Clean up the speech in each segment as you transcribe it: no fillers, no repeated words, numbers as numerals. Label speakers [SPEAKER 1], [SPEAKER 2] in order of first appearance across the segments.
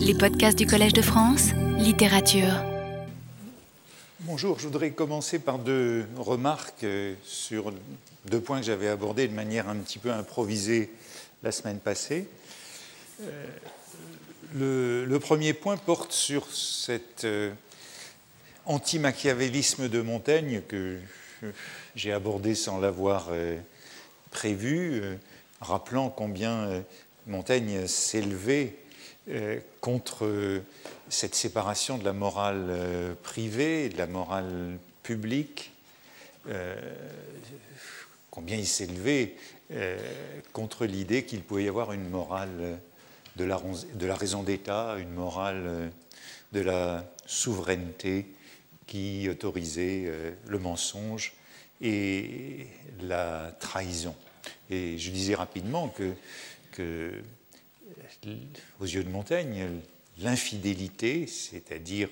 [SPEAKER 1] Les podcasts du Collège de France, littérature.
[SPEAKER 2] Bonjour, je voudrais commencer par deux remarques sur deux points que j'avais abordés de manière un petit peu improvisée la semaine passée. Le premier point porte sur cet anti-machiavélisme de Montaigne que j'ai abordé sans l'avoir prévu, rappelant combien Montaigne s'élevait contre cette séparation de la morale privée et de la morale publique, combien il s'élevait contre l'idée qu'il pouvait y avoir une morale de la raison d'État, une morale de la souveraineté qui autorisait le mensonge et la trahison. Et je disais rapidement que aux yeux de Montaigne, l'infidélité, c'est-à-dire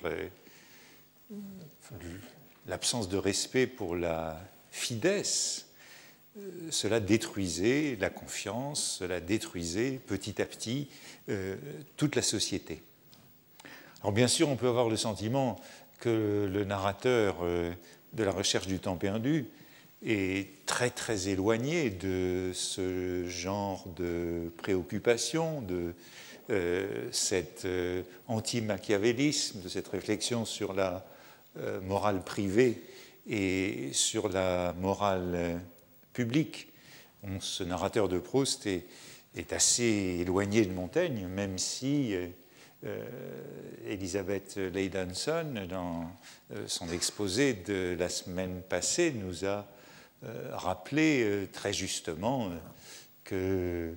[SPEAKER 2] l'absence de respect pour la fidesse, cela détruisait la confiance, cela détruisait petit à petit toute la société. Alors bien sûr, on peut avoir le sentiment que le narrateur de la recherche du temps perdu est très très éloigné de ce genre de préoccupation, de cet anti-machiavélisme, de cette réflexion sur la morale privée et sur la morale publique. Ce narrateur de Proust est assez éloigné de Montaigne, même si Elisabeth Leidanson, dans son exposé de la semaine passée, nous a rappelé très justement que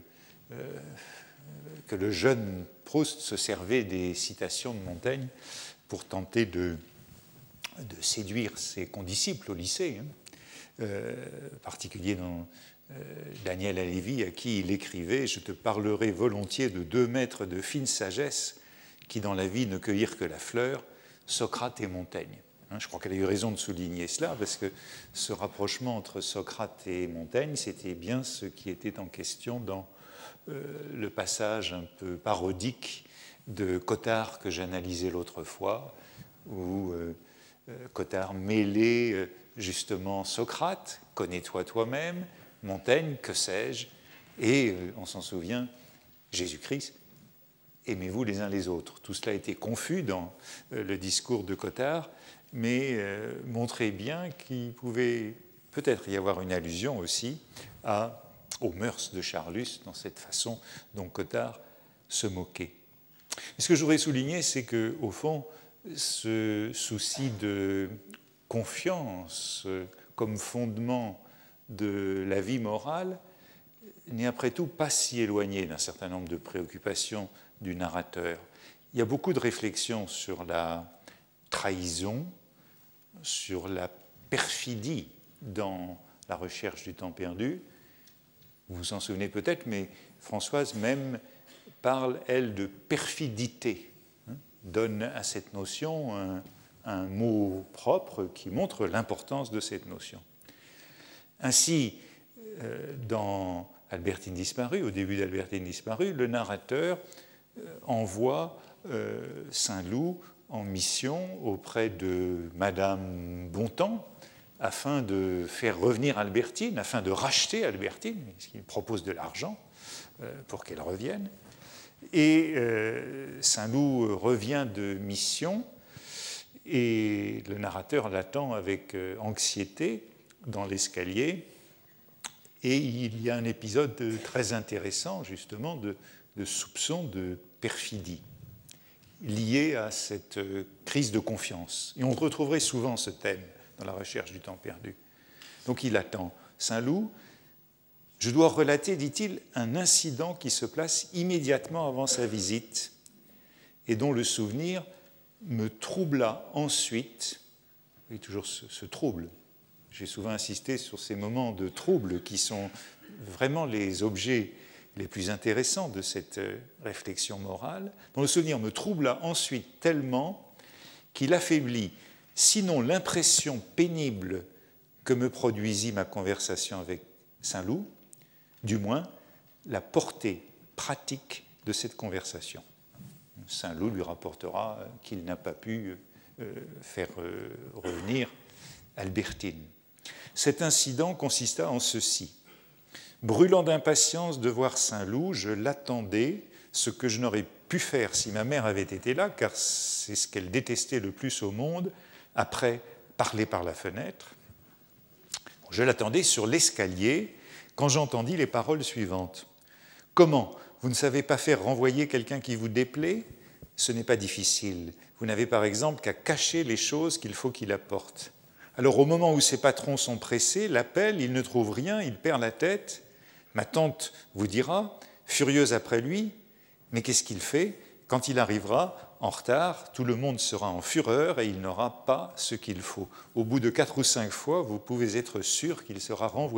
[SPEAKER 2] le jeune Proust se servait des citations de Montaigne pour tenter de séduire ses condisciples au lycée, particulier dans Daniel Halévy, à qui il écrivait « Je te parlerai volontiers de deux maîtres de fine sagesse qui dans la vie ne cueillirent que la fleur, Socrate et Montaigne ». Je crois qu'elle a eu raison de souligner cela, parce que ce rapprochement entre Socrate et Montaigne, c'était bien ce qui était en question dans le passage un peu parodique de Cottard que j'analysais l'autre fois, où Cottard mêlait justement Socrate, connais-toi toi-même, Montaigne, que sais-je, et on s'en souvient, Jésus-Christ, aimez-vous les uns les autres. Tout cela a été confus dans le discours de Cottard, mais montrait bien qu'il pouvait peut-être y avoir une allusion aussi aux mœurs de Charlus, dans cette façon dont Cottard se moquait. Et ce que je voudrais souligner, c'est qu'au fond, ce souci de confiance comme fondement de la vie morale n'est après tout pas si éloigné d'un certain nombre de préoccupations du narrateur. Il y a beaucoup de réflexions sur la trahison, sur la perfidie dans la recherche du temps perdu. Vous vous en souvenez peut-être, mais Françoise même parle, elle, de perfidité, donne à cette notion un mot propre qui montre l'importance de cette notion. Ainsi, dans Albertine disparue, au début d'Albertine disparue, le narrateur envoie Saint-Loup en mission auprès de Madame Bontemps afin de faire revenir Albertine, afin de racheter Albertine, puisqu'il propose de l'argent pour qu'elle revienne. Et Saint-Loup revient de mission et le narrateur l'attend avec anxiété dans l'escalier. Et il y a un épisode très intéressant, justement, de soupçon de perfidie lié à cette crise de confiance. Et on retrouverait souvent ce thème dans la recherche du temps perdu. Donc il attend Saint-Loup. Je dois relater, dit-il, un incident qui se place immédiatement avant sa visite et dont le souvenir me troubla ensuite. Oui, toujours ce trouble. J'ai souvent insisté sur ces moments de trouble qui sont vraiment les objets les plus intéressants de cette réflexion morale, dont le souvenir me troubla ensuite tellement qu'il affaiblit, sinon l'impression pénible que me produisit ma conversation avec Saint-Loup, du moins la portée pratique de cette conversation. Saint-Loup lui rapportera qu'il n'a pas pu faire revenir Albertine. Cet incident consista en ceci. Brûlant d'impatience de voir Saint-Loup, je l'attendais, ce que je n'aurais pu faire si ma mère avait été là, car c'est ce qu'elle détestait le plus au monde, après parler par la fenêtre. Je l'attendais sur l'escalier quand j'entendis les paroles suivantes. « Comment ? Vous ne savez pas faire renvoyer quelqu'un qui vous déplaît ? Ce n'est pas difficile. Vous n'avez par exemple qu'à cacher les choses qu'il faut qu'il apporte. Alors au moment où ses patrons sont pressés, l'appellent, il ne trouve rien, il perd la tête. Ma tante vous dira, furieuse après lui, mais qu'est-ce qu'il fait ? Quand il arrivera, en retard, tout le monde sera en fureur et il n'aura pas ce qu'il faut. Au bout de 4 ou 5 fois, vous pouvez être sûr qu'il sera renvoyé. »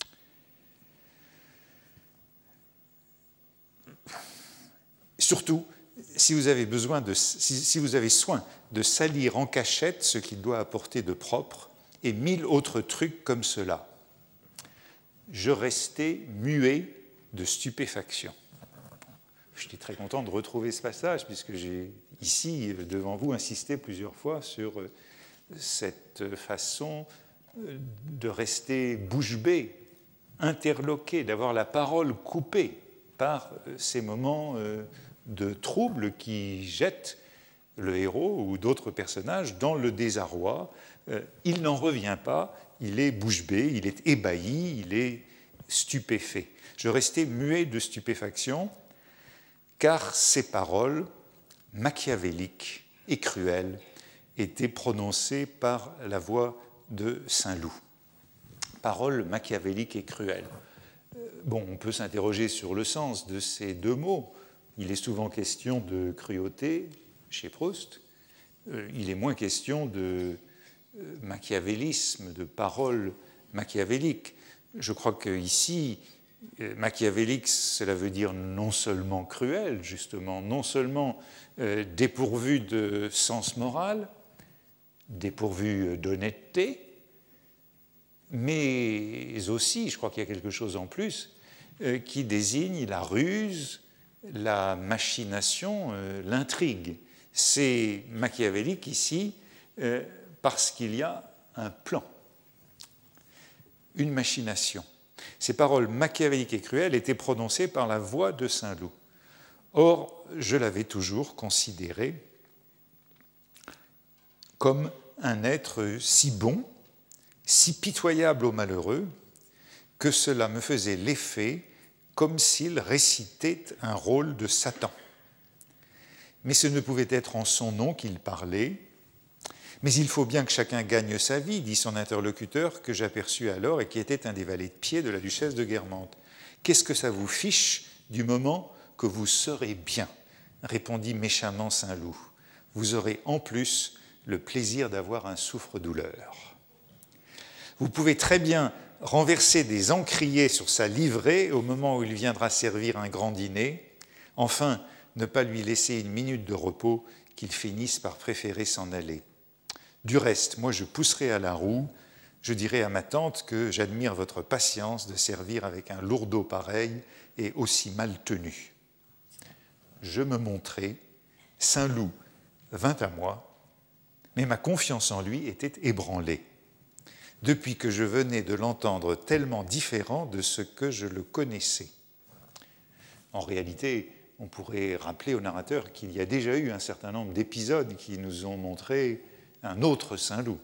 [SPEAKER 2] Surtout, si vous avez soin de salir en cachette ce qu'il doit apporter de propre et 1000 autres trucs comme cela. Je restais muet de stupéfaction. J'étais très content de retrouver ce passage puisque j'ai ici, devant vous, insisté plusieurs fois sur cette façon de rester bouche bée, interloqué, d'avoir la parole coupée par ces moments de trouble qui jettent le héros ou d'autres personnages dans le désarroi. Il n'en revient pas, il est bouche bée, il est ébahi, il est stupéfait. Je restais muet de stupéfaction, car ces paroles machiavéliques et cruelles étaient prononcées par la voix de Saint-Loup. Paroles machiavéliques et cruelles. Bon, on peut s'interroger sur le sens de ces deux mots. Il est souvent question de cruauté chez Proust. Il est moins question de machiavélisme, de paroles machiavéliques. Je crois qu'ici, machiavélique, cela veut dire non seulement cruel, justement, non seulement dépourvu de sens moral, dépourvu d'honnêteté, mais aussi, je crois qu'il y a quelque chose en plus, qui désigne la ruse, la machination, l'intrigue. C'est machiavélique ici parce qu'il y a un plan, une machination. Ces paroles machiavéliques et cruelles étaient prononcées par la voix de Saint-Loup. Or, je l'avais toujours considéré comme un être si bon, si pitoyable aux malheureux, que cela me faisait l'effet comme s'il récitait un rôle de Satan. Mais ce ne pouvait être en son nom qu'il parlait. Mais il faut bien que chacun gagne sa vie, dit son interlocuteur, que j'aperçus alors et qui était un des valets de pied de la duchesse de Guermantes. Qu'est-ce que ça vous fiche du moment que vous serez bien, répondit méchamment Saint-Loup. Vous aurez en plus le plaisir d'avoir un souffre-douleur. Vous pouvez très bien renverser des encriers sur sa livrée au moment où il viendra servir un grand dîner, enfin ne pas lui laisser une minute de repos qu'il finisse par préférer s'en aller. Du reste, moi je pousserai à la roue, je dirai à ma tante que j'admire votre patience de servir avec un lourdeau pareil et aussi mal tenu. Je me montrai, Saint-Loup vint à moi, mais ma confiance en lui était ébranlée, depuis que je venais de l'entendre tellement différent de ce que je le connaissais. En réalité, on pourrait rappeler au narrateur qu'il y a déjà eu un certain nombre d'épisodes qui nous ont montré un autre Saint-Loup,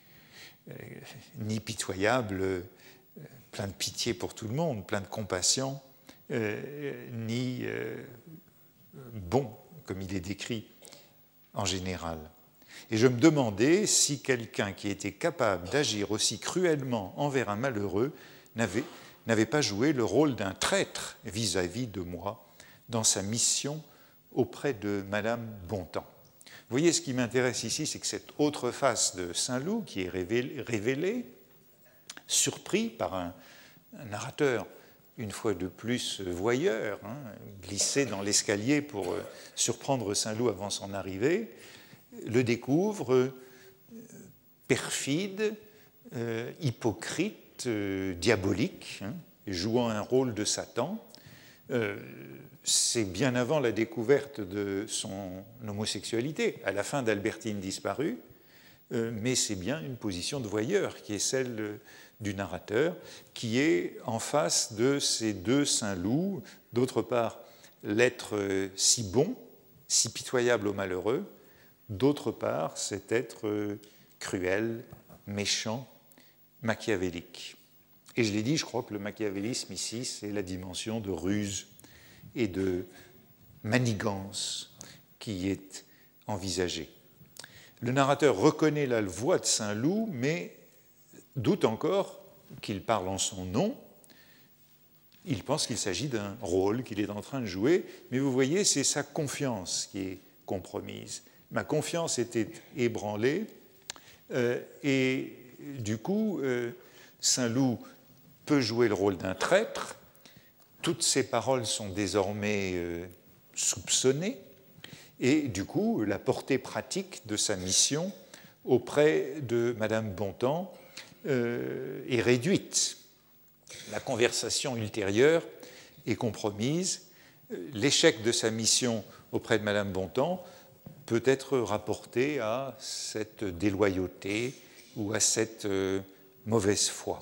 [SPEAKER 2] ni pitoyable, plein de pitié pour tout le monde, plein de compassion, ni bon, comme il est décrit en général. Et je me demandais si quelqu'un qui était capable d'agir aussi cruellement envers un malheureux n'avait pas joué le rôle d'un traître vis-à-vis de moi dans sa mission auprès de Madame Bontemps. Vous voyez, ce qui m'intéresse ici, c'est que cette autre face de Saint-Loup qui est révélée, surpris par un narrateur, une fois de plus voyeur, glissé dans l'escalier pour surprendre Saint-Loup avant son arrivée, le découvre perfide, hypocrite, diabolique, jouant un rôle de Satan, C'est bien avant la découverte de son homosexualité, à la fin d'Albertine disparue, mais c'est bien une position de voyeur qui est celle du narrateur, qui est en face de ces deux Saint-Loup, d'autre part l'être si bon, si pitoyable au malheureux, d'autre part cet être cruel, méchant, machiavélique. Et je l'ai dit, je crois que le machiavélisme ici, c'est la dimension de ruse et de manigance qui est envisagée. Le narrateur reconnaît la voix de Saint-Loup, mais doute encore qu'il parle en son nom. Il pense qu'il s'agit d'un rôle qu'il est en train de jouer, mais vous voyez, c'est sa confiance qui est compromise. Ma confiance était ébranlée, et du coup, Saint-Loup peut jouer le rôle d'un traître. Toutes ses paroles sont désormais soupçonnées, et du coup, la portée pratique de sa mission auprès de Madame Bontemps est réduite. La conversation ultérieure est compromise. L'échec de sa mission auprès de Madame Bontemps peut être rapporté à cette déloyauté ou à cette mauvaise foi.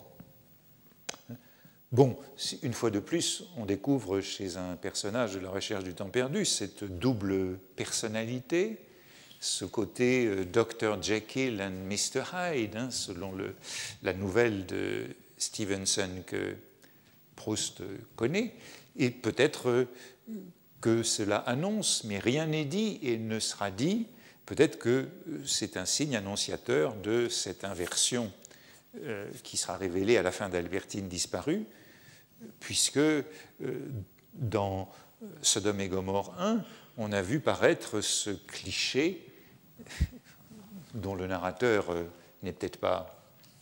[SPEAKER 2] Bon, une fois de plus, on découvre chez un personnage de La Recherche du temps perdu cette double personnalité, ce côté Dr. Jekyll and Mr. Hyde, selon la nouvelle de Stevenson que Proust connaît, et peut-être que cela annonce, mais rien n'est dit et ne sera dit, peut-être que c'est un signe annonciateur de cette inversion qui sera révélée à la fin d'Albertine disparue, puisque dans Sodome et Gomorrhe 1, on a vu paraître ce cliché dont le narrateur n'est peut-être pas,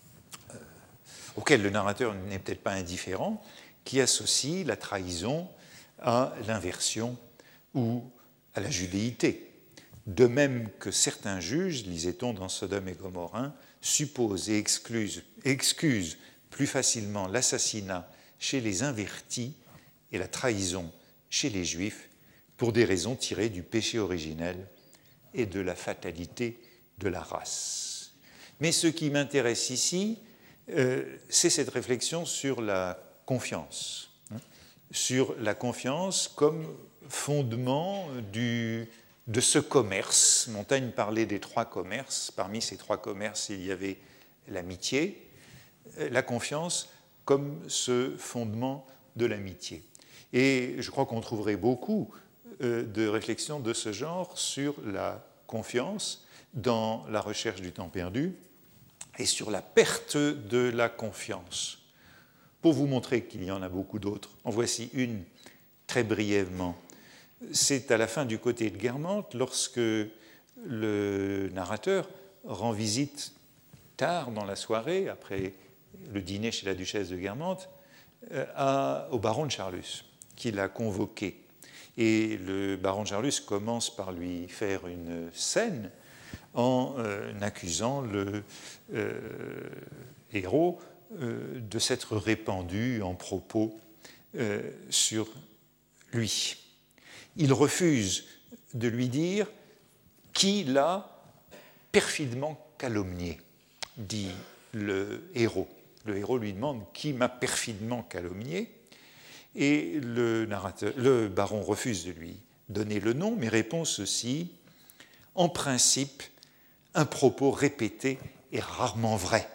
[SPEAKER 2] auquel le narrateur n'est peut-être pas indifférent, qui associe la trahison à l'inversion ou à la judéité. De même que certains juges, lisait-on dans Sodome et Gomorrhe 1, supposent et excusent plus facilement l'assassinat chez les invertis et la trahison chez les juifs pour des raisons tirées du péché originel et de la fatalité de la race. Mais ce qui m'intéresse ici, c'est cette réflexion sur la confiance, sur la confiance comme fondement de ce commerce. Montaigne parlait des trois commerces. Parmi ces trois commerces, il y avait l'amitié, la confiance comme ce fondement de l'amitié. Et je crois qu'on trouverait beaucoup de réflexions de ce genre sur la confiance dans La Recherche du temps perdu et sur la perte de la confiance. Pour vous montrer qu'il y en a beaucoup d'autres, en voici une très brièvement. C'est à la fin du côté de Guermantes, lorsque le narrateur rend visite tard dans la soirée, après le dîner chez la duchesse de Guermantes, au baron de Charlus, qui l'a convoqué. Et le baron de Charlus commence par lui faire une scène en accusant le héros de s'être répandu en propos sur lui. Il refuse de lui dire qui l'a perfidement calomnié, dit le héros. Le héros lui demande qui m'a perfidement calomnié, et le baron refuse de lui donner le nom, mais répond ceci: en principe, un propos répété est rarement vrai.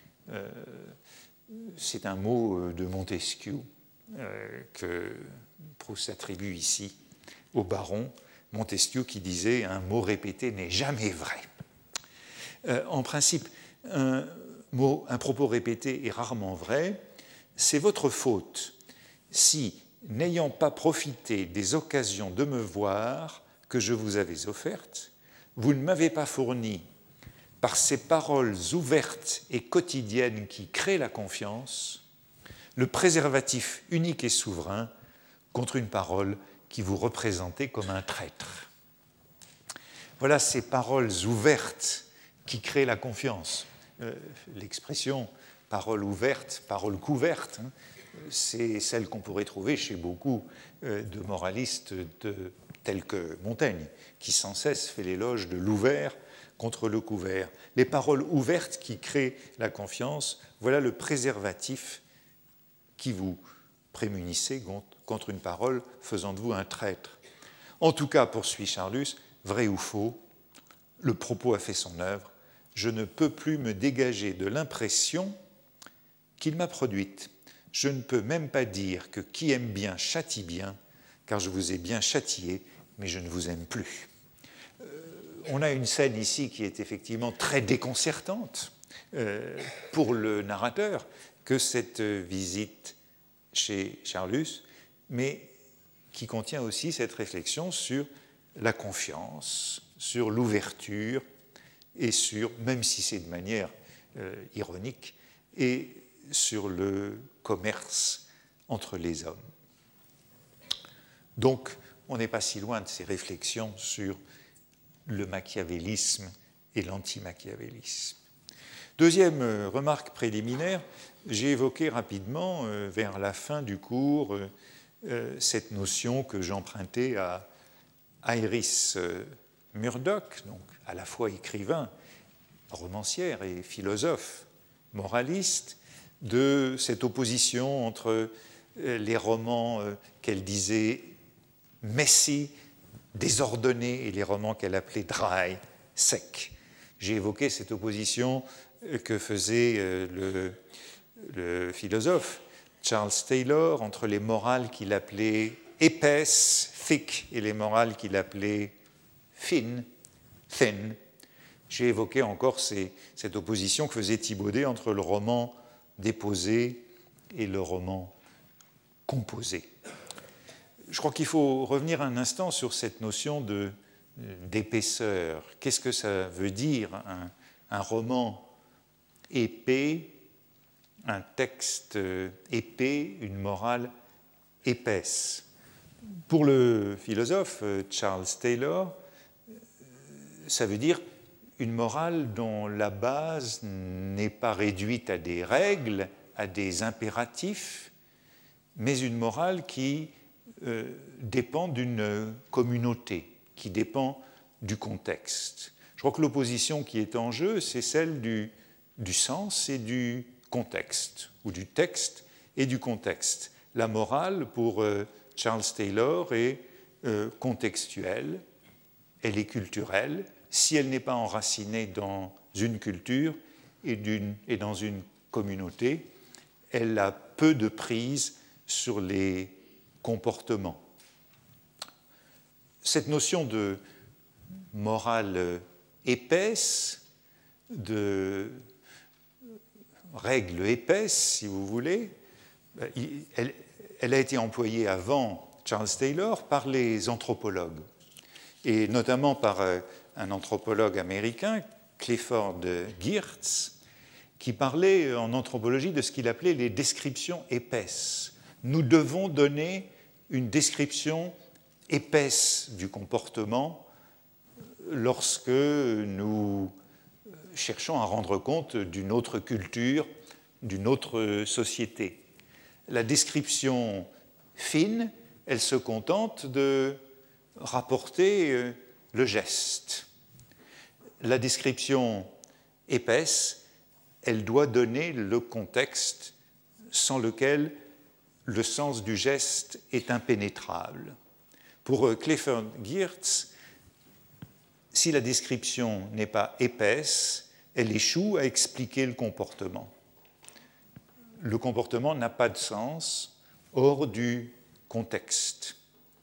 [SPEAKER 2] C'est un mot de Montesquieu que Proust attribue ici au baron. Montesquieu qui disait « un mot répété n'est jamais vrai ». En principe, un propos répété est rarement vrai. C'est votre faute si, n'ayant pas profité des occasions de me voir que je vous avais offertes, vous ne m'avez pas fourni, par ces paroles ouvertes et quotidiennes qui créent la confiance, le préservatif unique et souverain contre une parole qui vous représentait comme un traître. Voilà ces paroles ouvertes qui créent la confiance. L'expression parole ouverte, parole couverte, c'est celle qu'on pourrait trouver chez beaucoup de moralistes tels que Montaigne, qui sans cesse fait l'éloge de l'ouvert contre le couvert. Les paroles ouvertes qui créent la confiance, voilà le préservatif qui vous prémunissez contre une parole faisant de vous un traître. En tout cas, poursuit Charlus, vrai ou faux, le propos a fait son œuvre, je ne peux plus me dégager de l'impression qu'il m'a produite. Je ne peux même pas dire que qui aime bien châtie bien, car je vous ai bien châtié, mais je ne vous aime plus. On a une scène ici qui est effectivement très déconcertante pour le narrateur, que cette visite chez Charlus, mais qui contient aussi cette réflexion sur la confiance, sur l'ouverture, et sur, même si c'est de manière ironique, et sur le commerce entre les hommes. Donc, on n'est pas si loin de ces réflexions sur le machiavélisme et l'anti-machiavélisme. Deuxième remarque préliminaire, j'ai évoqué rapidement, vers la fin du cours, cette notion que j'empruntais à Iris Murdoch, donc à la fois écrivain, romancière et philosophe, moraliste, de cette opposition entre les romans qu'elle disait messy, désordonnés, et les romans qu'elle appelait dry, secs. J'ai évoqué cette opposition que faisait le philosophe Charles Taylor entre les morales qu'il appelait épaisses, thick, et les morales qu'il appelait fine, thin. J'ai évoqué encore cette opposition que faisait Thibaudet entre le roman déposé et le roman composé. Je crois qu'il faut revenir un instant sur cette notion d'épaisseur. Qu'est-ce que ça veut dire un roman épais, un texte épais, une morale épaisse? Pour le philosophe Charles Taylor, ça veut dire une morale dont la base n'est pas réduite à des règles, à des impératifs, mais une morale qui dépend d'une communauté, qui dépend du contexte. Je crois que l'opposition qui est en jeu, c'est celle du sens et du contexte, ou du texte et du contexte. La morale, pour Charles Taylor, est contextuelle, elle est culturelle. Si elle n'est pas enracinée dans une culture et dans une communauté, elle a peu de prise sur les comportements. Cette notion de morale épaisse, de règles épaisses, si vous voulez, elle a été employée avant Charles Taylor par les anthropologues, et notamment par un anthropologue américain, Clifford Geertz, qui parlait en anthropologie de ce qu'il appelait les descriptions épaisses. Nous devons donner une description épaisse du comportement lorsque nous cherchons à rendre compte d'une autre culture, d'une autre société. La description fine, elle se contente de rapporter le geste. La description épaisse, elle doit donner le contexte sans lequel le sens du geste est impénétrable. Pour Clifford Geertz, si la description n'est pas épaisse, elle échoue à expliquer le comportement. Le comportement n'a pas de sens hors du contexte.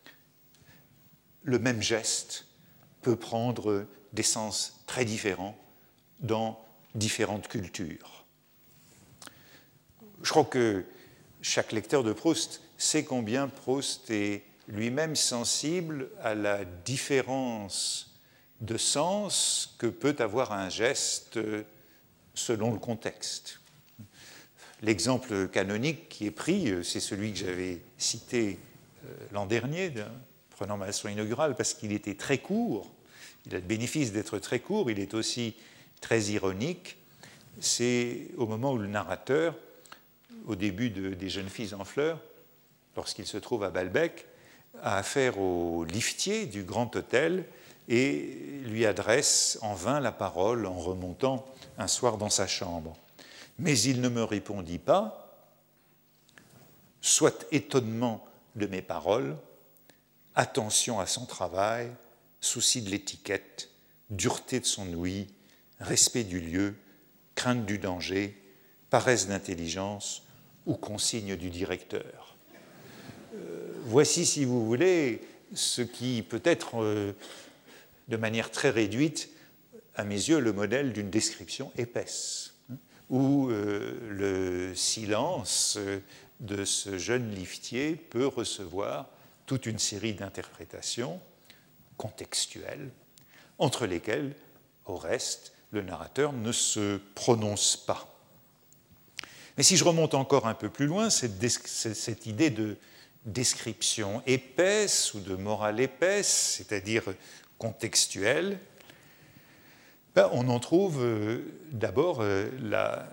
[SPEAKER 2] Le même geste peut prendre des sens très différents dans différentes cultures. Je crois que chaque lecteur de Proust sait combien Proust est lui-même sensible à la différence de sens que peut avoir un geste selon le contexte. L'exemple canonique qui est pris, c'est celui que j'avais cité l'an dernier, prenant ma leçon inaugurale, parce qu'il était très court. Il a le bénéfice d'être très court, il est aussi très ironique. C'est au moment où le narrateur au début des Jeunes filles en fleurs, lorsqu'il se trouve à Balbec, a affaire au liftier du Grand Hôtel et lui adresse en vain la parole en remontant un soir dans sa chambre. Mais il ne me répondit pas, soit étonnement de mes paroles, attention à son travail, souci de l'étiquette, dureté de son ouïe, respect du lieu, crainte du danger, paresse d'intelligence ou consigne du directeur. Voici, si vous voulez, ce qui peut être, de manière très réduite, à mes yeux, le modèle d'une description épaisse, où le silence de ce jeune liftier peut recevoir toute une série d'interprétations contextuelles, entre lesquelles, au reste, le narrateur ne se prononce pas. Mais si je remonte encore un peu plus loin, cette idée de description épaisse ou de morale épaisse, c'est-à-dire contextuelle, on en trouve d'abord la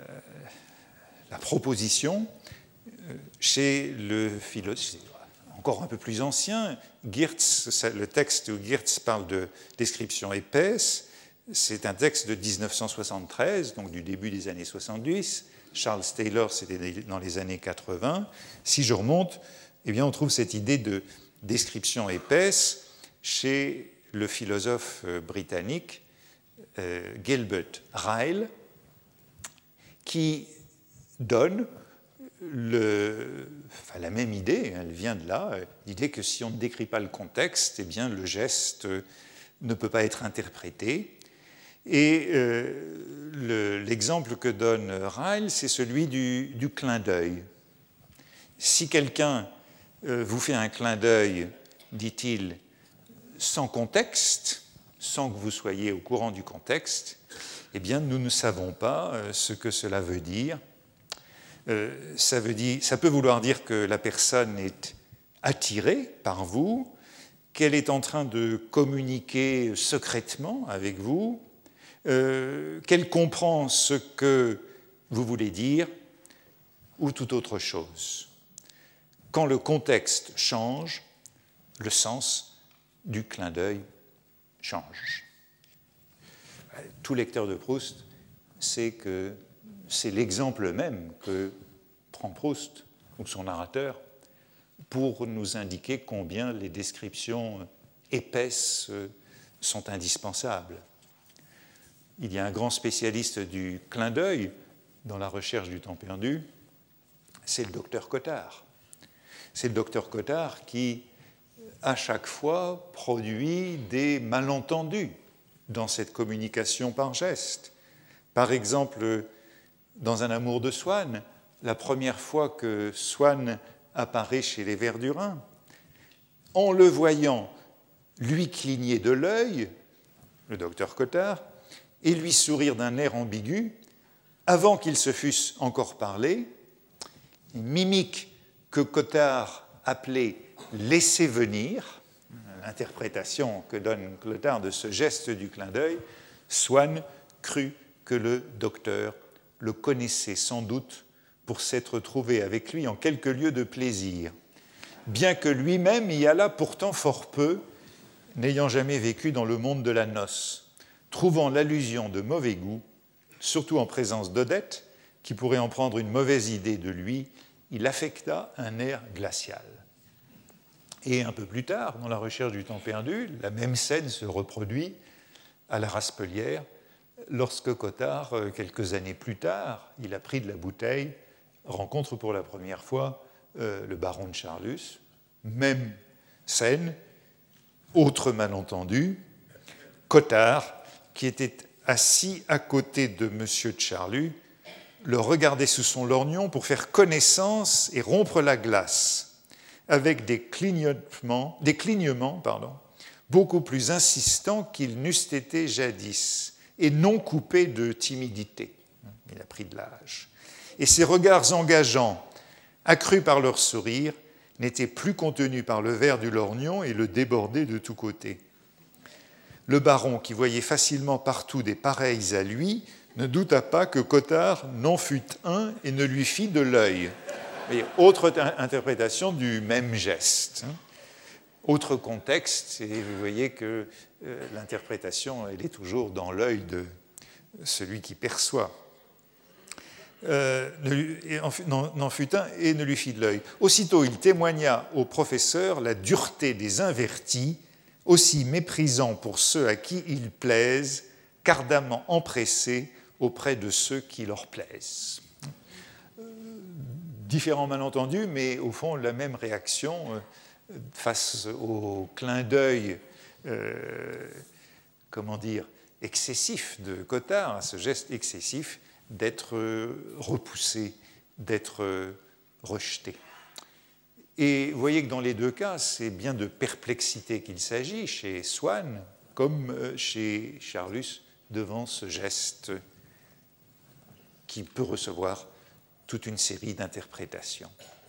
[SPEAKER 2] proposition chez le philosophe, encore un peu plus ancien, Geertz, le texte où Geertz parle de description épaisse, c'est un texte de 1973, donc du début des années 70. Charles Taylor, c'était dans les années 80. Si je remonte, eh bien, on trouve cette idée de description épaisse chez le philosophe britannique Gilbert Ryle, qui donne la même idée, elle vient de là, l'idée que si on ne décrit pas le contexte, eh bien, le geste ne peut pas être interprété. Et l'exemple que donne Ryle, c'est celui du clin d'œil. Si quelqu'un vous fait un clin d'œil, dit-il, sans contexte, sans que vous soyez au courant du contexte, eh bien, nous ne savons pas ce que cela veut dire. Ça peut vouloir dire que la personne est attirée par vous, qu'elle est en train de communiquer secrètement avec vous, qu'elle comprend ce que vous voulez dire, ou toute autre chose. Quand le contexte change, le sens du clin d'œil change. Tout lecteur de Proust sait que c'est l'exemple même que prend Proust, ou son narrateur, pour nous indiquer combien les descriptions épaisses sont indispensables. Il y a un grand spécialiste du clin d'œil dans la recherche du temps perdu, c'est le docteur Cottard. C'est le docteur Cottard qui, à chaque fois, produit des malentendus dans cette communication par geste. Par exemple, dans Un amour de Swann, la première fois que Swann apparaît chez les Verdurins, en le voyant lui cligner de l'œil, le docteur Cottard, et lui sourire d'un air ambigu, avant qu'ils se fussent encore parlé, une mimique que Cottard appelait « laisser venir », l'interprétation que donne Cottard de ce geste du clin d'œil, Swann crut que le docteur le connaissait sans doute pour s'être trouvé avec lui en quelques lieux de plaisir, bien que lui-même y allât pourtant fort peu, n'ayant jamais vécu dans le monde de la noce. Trouvant l'allusion de mauvais goût, surtout en présence d'Odette, qui pourrait en prendre une mauvaise idée de lui, il affecta un air glacial. Et un peu plus tard, dans La recherche du temps perdu, la même scène se reproduit à la Raspelière, lorsque Cottard, quelques années plus tard, il a pris de la bouteille, rencontre pour la première fois le baron de Charlus, même scène, autre malentendu, Cottard, qui était assis à côté de M. de Charlus, le regardait sous son lorgnon pour faire connaissance et rompre la glace, avec des clignements beaucoup plus insistants qu'ils n'eussent été jadis, et non coupés de timidité. Il a pris de l'âge. Et ces regards engageants, accrus par leur sourire, n'étaient plus contenus par le verre du lorgnon et le débordaient de tous côtés. Le baron, qui voyait facilement partout des pareils à lui, ne douta pas que Cottard n'en fût un et ne lui fit de l'œil. Autre interprétation du même geste. Autre contexte, et vous voyez que l'interprétation, elle est toujours dans l'œil de celui qui perçoit. N'en fut un et ne lui fit de l'œil. Aussitôt, il témoigna au professeur la dureté des invertis, aussi méprisants pour ceux à qui ils plaisent qu'ardemment empressés auprès de ceux qui leur plaisent. Différents malentendus, mais au fond la même réaction face au clin d'œil, excessif de Cottard, à ce geste excessif d'être repoussé, d'être rejeté. Et vous voyez que dans les deux cas, c'est bien de perplexité qu'il s'agit, chez Swann comme chez Charlus, devant ce geste qui peut recevoir toute une série d'interprétations.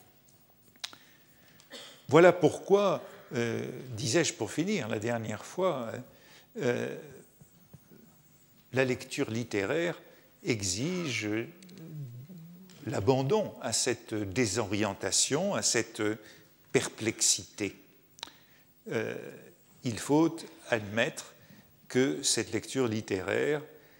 [SPEAKER 2] Voilà pourquoi, disais-je pour finir la dernière fois, la lecture littéraire exige l'abandon à cette désorientation, à cette perplexité. Il faut admettre que cette lecture littéraire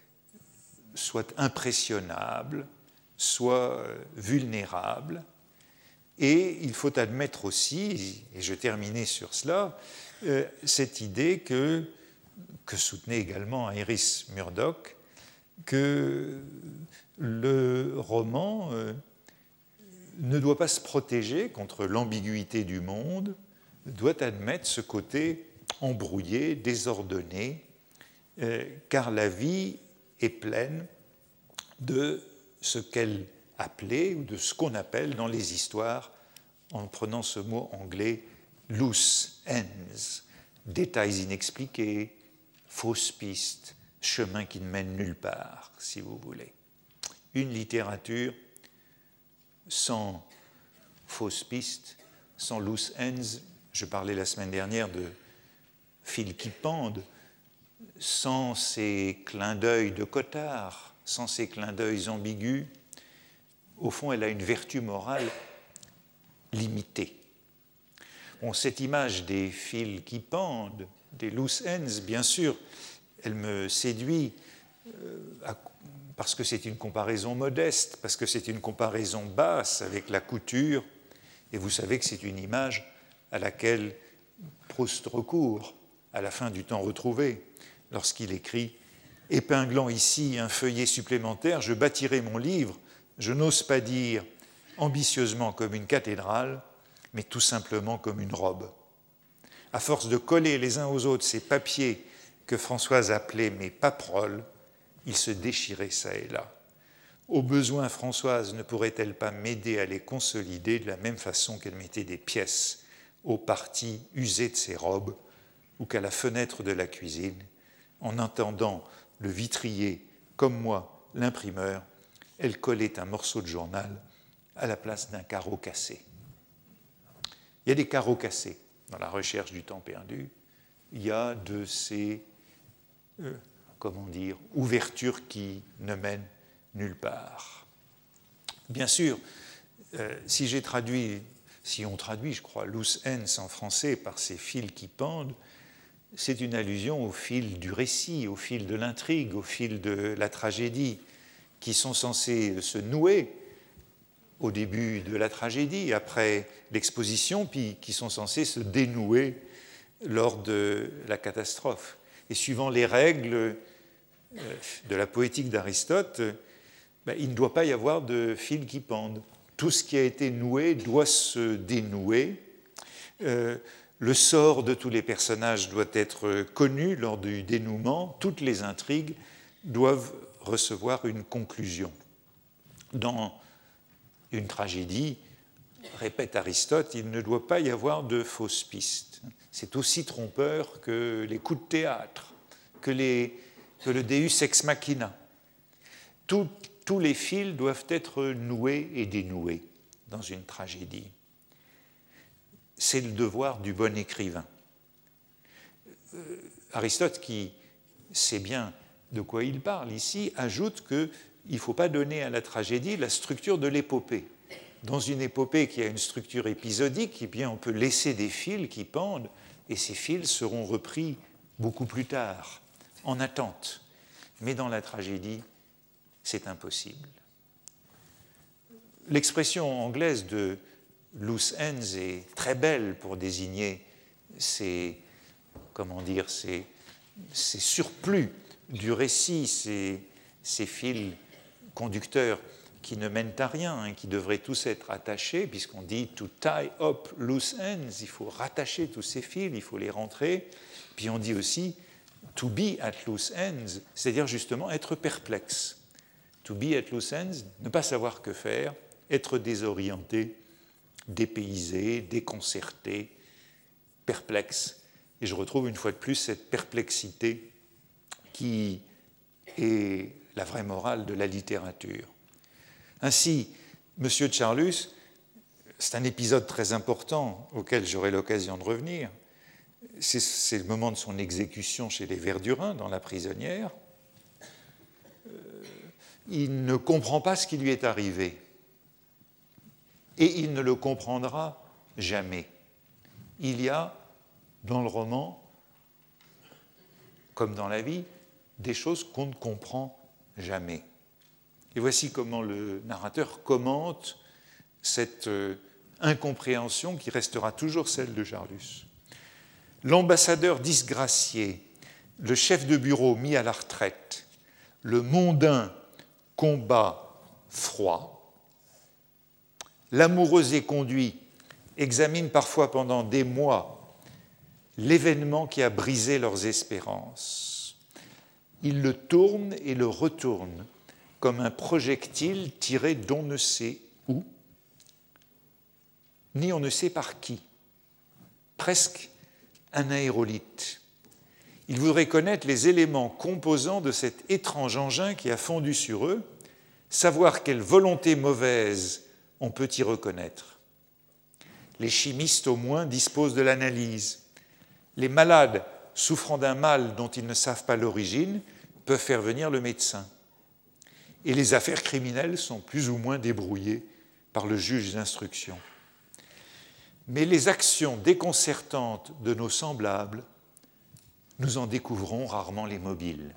[SPEAKER 2] soit impressionnable, soit vulnérable, et il faut admettre aussi, et je terminais sur cela, cette idée que soutenait également Iris Murdoch, que le roman ne doit pas se protéger contre l'ambiguïté du monde, doit admettre ce côté embrouillé, désordonné, car la vie est pleine de ce qu'elle appelait, ou de ce qu'on appelle dans les histoires, en prenant ce mot anglais, loose ends, détails inexpliqués, fausses pistes, chemins qui ne mènent nulle part, si vous voulez. Une littérature sans fausses pistes, sans loose ends, je parlais la semaine dernière de fils qui pendent, sans ces clins d'œil de Cottard, sans ces clins d'œil ambigus, au fond, elle a une vertu morale limitée. Bon, cette image des fils qui pendent, des loose ends, bien sûr, elle me séduit parce que c'est une comparaison modeste, parce que c'est une comparaison basse avec la couture, et vous savez que c'est une image à laquelle Proust recourt à la fin du Temps retrouvé, lorsqu'il écrit « Épinglant ici un feuillet supplémentaire, je bâtirai mon livre, je n'ose pas dire ambitieusement comme une cathédrale, mais tout simplement comme une robe. À force de coller les uns aux autres ces papiers que Françoise appelait mes paperoles, ils se déchiraient çà et là. Au besoin, Françoise ne pourrait-elle pas m'aider à les consolider de la même façon qu'elle mettait des pièces aux parties usées de ses robes, ou qu'à la fenêtre de la cuisine, en entendant le vitrier, comme moi, l'imprimeur, elle collait un morceau de journal à la place d'un carreau cassé. Il y a des carreaux cassés dans la recherche du temps perdu. Il y a de ces, ouvertures qui ne mènent nulle part. Bien sûr, si on traduit, je crois, loose ends en français par ces fils qui pendent, c'est une allusion au fil du récit, au fil de l'intrigue, au fil de la tragédie, qui sont censés se nouer au début de la tragédie, après l'exposition, puis qui sont censés se dénouer lors de la catastrophe. Et suivant les règles de la poétique d'Aristote, il ne doit pas y avoir de fils qui pendent. Tout ce qui a été noué doit se dénouer. Le sort de tous les personnages doit être connu lors du dénouement. Toutes les intrigues doivent recevoir une conclusion. Dans une tragédie, répète Aristote, il ne doit pas y avoir de fausses pistes. C'est aussi trompeur que les coups de théâtre, que le Deus ex machina. Tous les fils doivent être noués et dénoués dans une tragédie. C'est le devoir du bon écrivain. Aristote, qui sait bien de quoi il parle ici, ajoute qu'il ne faut pas donner à la tragédie la structure de l'épopée. Dans une épopée qui a une structure épisodique, eh bien, on peut laisser des fils qui pendent, et ces fils seront repris beaucoup plus tard, en attente. Mais dans la tragédie, c'est impossible. L'expression anglaise de loose ends est très belle pour désigner ces surplus du récit, ces fils conducteurs qui ne mènent à rien, qui devraient tous être attachés, puisqu'on dit to tie up loose ends, il faut rattacher tous ces fils, il faut les rentrer. Puis on dit aussi to be at loose ends, c'est-à-dire justement être perplexe. To be at loose ends, ne pas savoir que faire, être désorienté, dépaysé, déconcerté, perplexe. Et je retrouve une fois de plus cette perplexité qui est la vraie morale de la littérature. Ainsi, M. Charlus, c'est un épisode très important auquel j'aurai l'occasion de revenir. C'est le moment de son exécution chez les Verdurins, dans La prisonnière. Il ne comprend pas ce qui lui est arrivé. Et il ne le comprendra jamais. Il y a, dans le roman, comme dans la vie, des choses qu'on ne comprend jamais. Et voici comment le narrateur commente cette incompréhension qui restera toujours celle de Charlus. L'ambassadeur disgracié, le chef de bureau mis à la retraite, le mondain combat froid, l'amoureux éconduit examine parfois pendant des mois l'événement qui a brisé leurs espérances. Il le tourne et le retourne comme un projectile tiré d'on ne sait où, ni on ne sait par qui, presque un aérolithe. Il voudrait connaître les éléments composants de cet étrange engin qui a fondu sur eux, savoir quelle volonté mauvaise on peut y reconnaître. Les chimistes, au moins, disposent de l'analyse. Les malades souffrant d'un mal dont ils ne savent pas l'origine peuvent faire venir le médecin. Et les affaires criminelles sont plus ou moins débrouillées par le juge d'instruction. Mais les actions déconcertantes de nos semblables, nous en découvrons rarement les mobiles.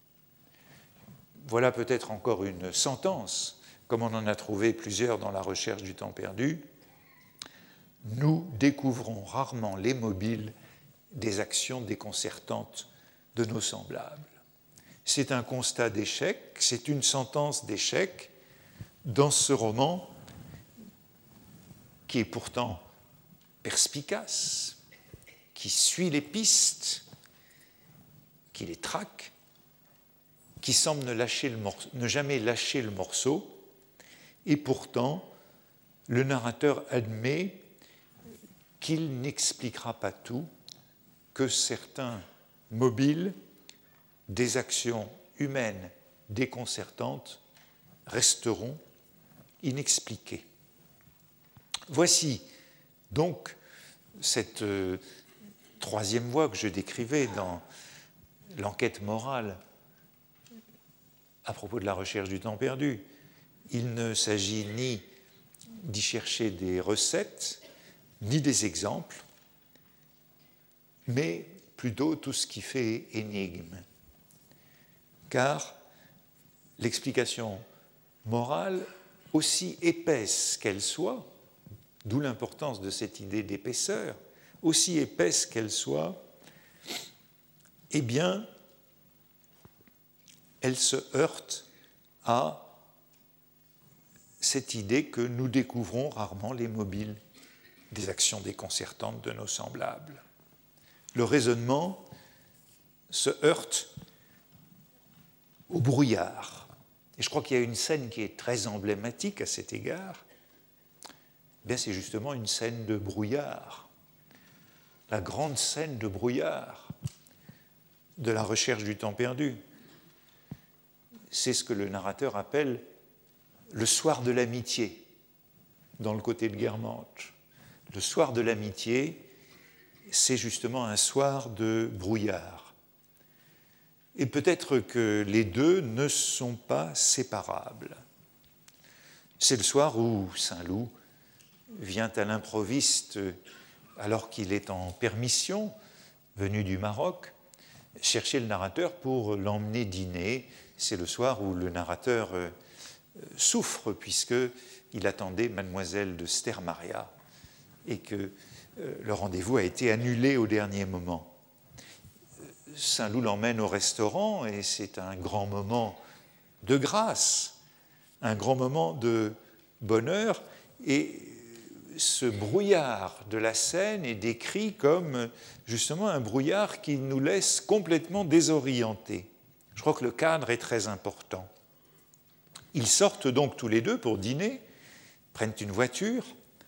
[SPEAKER 2] Voilà peut-être encore une sentence, comme on en a trouvé plusieurs dans la recherche du temps perdu. Nous découvrons rarement les mobiles des actions déconcertantes de nos semblables. C'est un constat d'échec, c'est une sentence d'échec dans ce roman qui est pourtant perspicace, qui suit les pistes, qui les traque, qui semble ne jamais lâcher le morceau, et pourtant le narrateur admet qu'il n'expliquera pas tout, que certains mobiles des actions humaines déconcertantes resteront inexpliquées. Voici donc cette troisième voie que je décrivais dans l'enquête morale à propos de la recherche du temps perdu. Il ne s'agit ni d'y chercher des recettes, ni des exemples, mais plutôt tout ce qui fait énigme. Car l'explication morale, aussi épaisse qu'elle soit, d'où l'importance de cette idée d'épaisseur, aussi épaisse qu'elle soit, eh bien, elle se heurte à cette idée que nous découvrons rarement les mobiles des actions déconcertantes de nos semblables. Le raisonnement se heurte au brouillard. Et je crois qu'il y a une scène qui est très emblématique à cet égard. Eh bien, c'est justement une scène de brouillard. La grande scène de brouillard de la recherche du temps perdu. C'est ce que le narrateur appelle le soir de l'amitié, dans le côté de Guermantes. Le soir de l'amitié, c'est justement un soir de brouillard. Et peut-être que les deux ne sont pas séparables. C'est le soir où Saint-Loup vient à l'improviste, alors qu'il est en permission, venu du Maroc, chercher le narrateur pour l'emmener dîner. C'est le soir où le narrateur souffre, puisqu'il attendait mademoiselle de Stermaria et que le rendez-vous a été annulé au dernier moment. Saint-Loup l'emmène au restaurant et c'est un grand moment de grâce, un grand moment de bonheur, et ce brouillard de la scène est décrit comme justement un brouillard qui nous laisse complètement désorientés. Je crois que le cadre est très important. Ils sortent donc tous les deux pour dîner, prennent une voiture.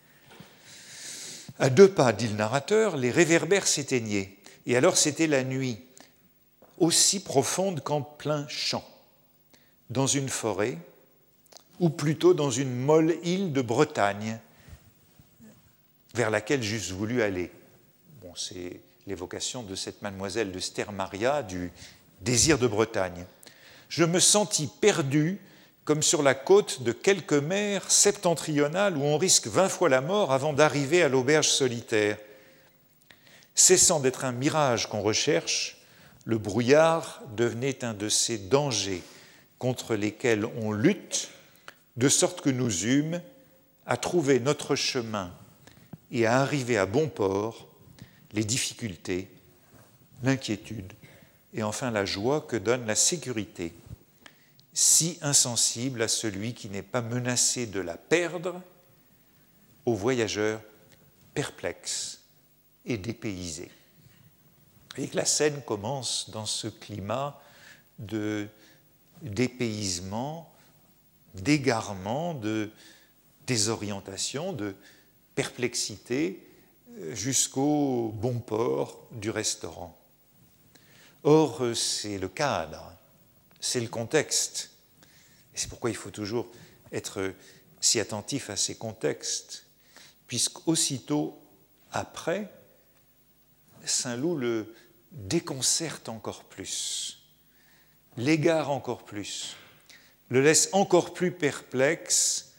[SPEAKER 2] À 2 pas, dit le narrateur, les réverbères s'éteignaient. Et alors c'était la nuit, aussi profonde qu'en plein champ, dans une forêt, ou plutôt dans une molle île de Bretagne, vers laquelle j'eusse voulu aller. Bon, c'est l'évocation de cette mademoiselle de Stermaria, du désir de Bretagne. Je me sentis perdu, comme sur la côte de quelque mer septentrionale où on risque 20 fois la mort avant d'arriver à l'auberge solitaire. Cessant d'être un mirage qu'on recherche, le brouillard devenait un de ces dangers contre lesquels on lutte, de sorte que nous eûmes à trouver notre chemin et à arriver à bon port, les difficultés, l'inquiétude et enfin la joie que donne la sécurité, si insensible à celui qui n'est pas menacé de la perdre, aux voyageurs perplexes et dépaysés. Et que la scène commence dans ce climat de dépaysement, d'égarement, de désorientation, de perplexité, jusqu'au bon port du restaurant. Or, c'est le cadre, c'est le contexte. Et c'est pourquoi il faut toujours être si attentif à ces contextes, puisqu'aussitôt après, Saint-Loup le déconcerte encore plus, l'égare encore plus, le laisse encore plus perplexe,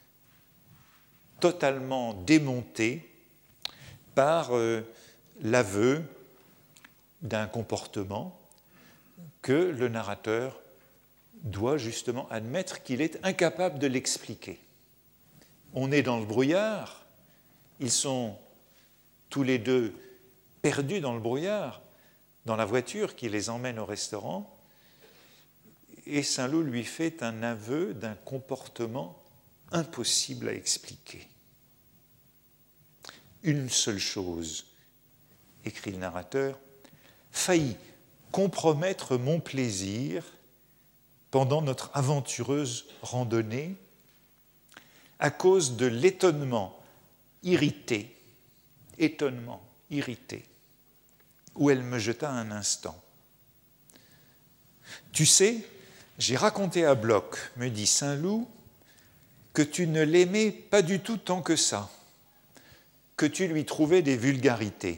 [SPEAKER 2] totalement démonté par l'aveu d'un comportement que le narrateur doit justement admettre qu'il est incapable de l'expliquer. On est dans le brouillard, ils sont tous les deux perdus dans le brouillard, dans la voiture qui les emmène au restaurant, et Saint-Loup lui fait un aveu d'un comportement impossible à expliquer. Une seule chose, écrit le narrateur, faillit compromettre mon plaisir pendant notre aventureuse randonnée à cause de l'étonnement irrité, où elle me jeta un instant. Tu sais, j'ai raconté à Bloch, me dit Saint-Loup, que tu ne l'aimais pas du tout tant que ça, que tu lui trouvais des vulgarités.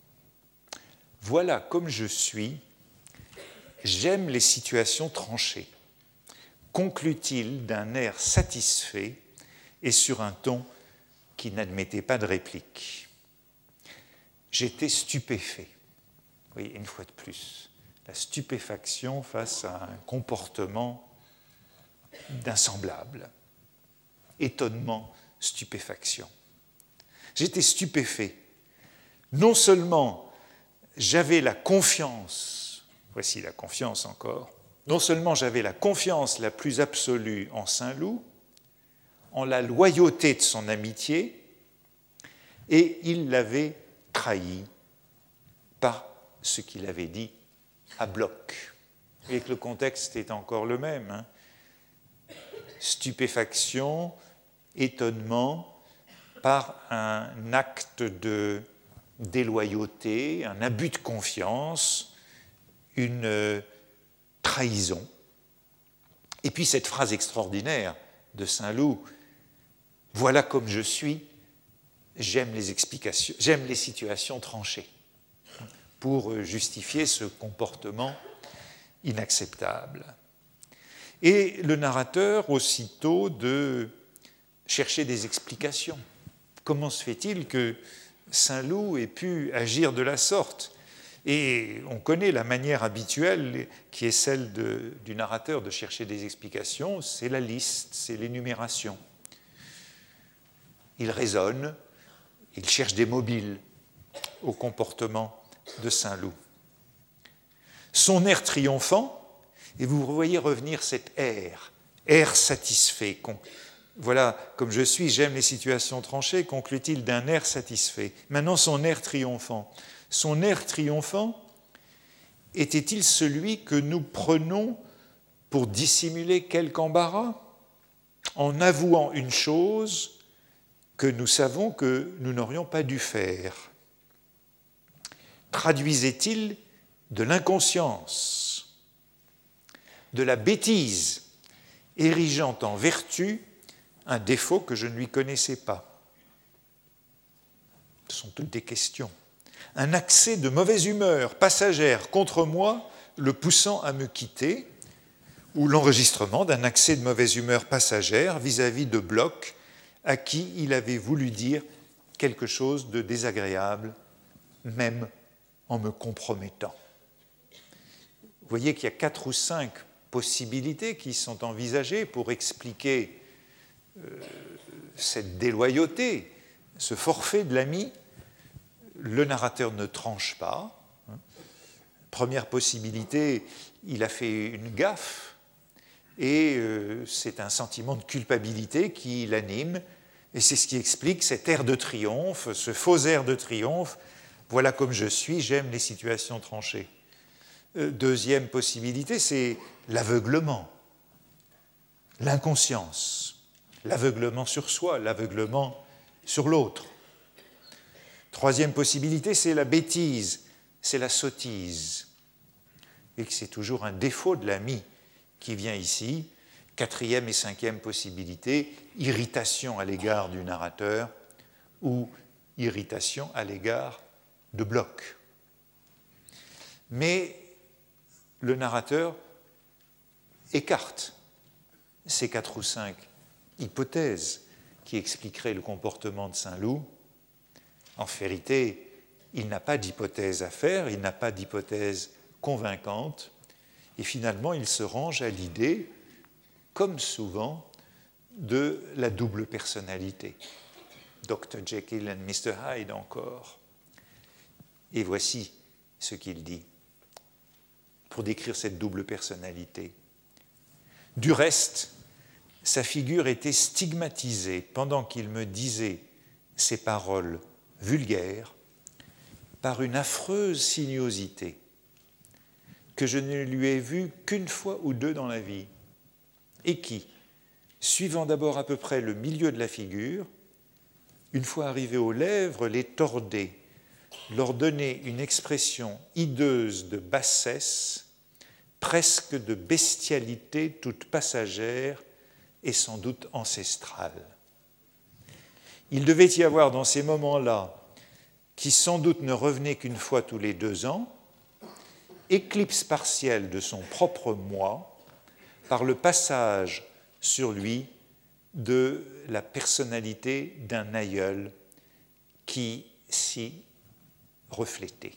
[SPEAKER 2] Voilà comme je suis, j'aime les situations tranchées, conclut-il d'un air satisfait et sur un ton qui n'admettait pas de réplique. J'étais stupéfait. Vous voyez, une fois de plus, la stupéfaction face à un comportement d'insemblable. Étonnement, stupéfaction. J'étais stupéfait. Non seulement j'avais la confiance, voici la confiance encore, non seulement j'avais la confiance la plus absolue en Saint-Loup, en la loyauté de son amitié, et il l'avait trahi par ce qu'il avait dit à Bloch. Et que le contexte est encore le même. Stupéfaction, étonnement, par un acte de déloyauté, un abus de confiance, une trahison. Et puis cette phrase extraordinaire de Saint-Loup, « Voilà comme je suis, j'aime les situations tranchées », pour justifier ce comportement inacceptable. Et le narrateur, aussitôt, de chercher des explications. Comment se fait-il que Saint-Loup ait pu agir de la sorte? Et on connaît la manière habituelle qui est celle du narrateur de chercher des explications, c'est la liste, c'est l'énumération. Il raisonne, il cherche des mobiles au comportement de Saint-Loup. Son air triomphant, et vous voyez revenir cet air satisfait. Voilà, comme je suis, j'aime les situations tranchées, conclut-il d'un air satisfait. Maintenant, son air triomphant. Son air triomphant était-il celui que nous prenons pour dissimuler quelque embarras, en avouant une chose que nous savons que nous n'aurions pas dû faire? Traduisait-il de l'inconscience, de la bêtise, érigeant en vertu un défaut que je ne lui connaissais pas? Ce sont toutes des questions. Un accès de mauvaise humeur passagère contre moi, le poussant à me quitter, ou l'enregistrement d'un accès de mauvaise humeur passagère vis-à-vis de Bloch, à qui il avait voulu dire quelque chose de désagréable, même en me compromettant. Vous voyez qu'il y a 4 ou 5 possibilités qui sont envisagées pour expliquer cette déloyauté, ce forfait de l'ami. Le narrateur ne tranche pas. Première possibilité, il a fait une gaffe et c'est un sentiment de culpabilité qui l'anime et c'est ce qui explique cet air de triomphe, ce faux air de triomphe. Voilà comme je suis, j'aime les situations tranchées. Deuxième possibilité, c'est l'aveuglement, l'inconscience, l'aveuglement sur soi, l'aveuglement sur l'autre. Troisième possibilité, c'est la bêtise, c'est la sottise, et que c'est toujours un défaut de l'ami qui vient ici. Quatrième et cinquième possibilité, irritation à l'égard du narrateur ou irritation à l'égard de Bloch. Mais le narrateur écarte ces 4 ou 5 hypothèses qui expliqueraient le comportement de Saint-Loup. En vérité, il n'a pas d'hypothèse à faire, il n'a pas d'hypothèse convaincante, et finalement il se range à l'idée, comme souvent, de la double personnalité. Dr. Jekyll and Mr. Hyde encore. Et voici ce qu'il dit pour décrire cette double personnalité. Du reste, sa figure était stigmatisée pendant qu'il me disait ces paroles vulgaires par une affreuse sinuosité que je ne lui ai vue qu'une fois ou deux dans la vie et qui, suivant d'abord à peu près le milieu de la figure, une fois arrivé aux lèvres, les tordait, leur donnait une expression hideuse de bassesse, presque de bestialité toute passagère et sans doute ancestrale. Il devait y avoir dans ces moments-là, qui sans doute ne revenaient qu'une fois tous les 2 ans, éclipse partielle de son propre moi par le passage sur lui de la personnalité d'un aïeul qui s'y reflétait.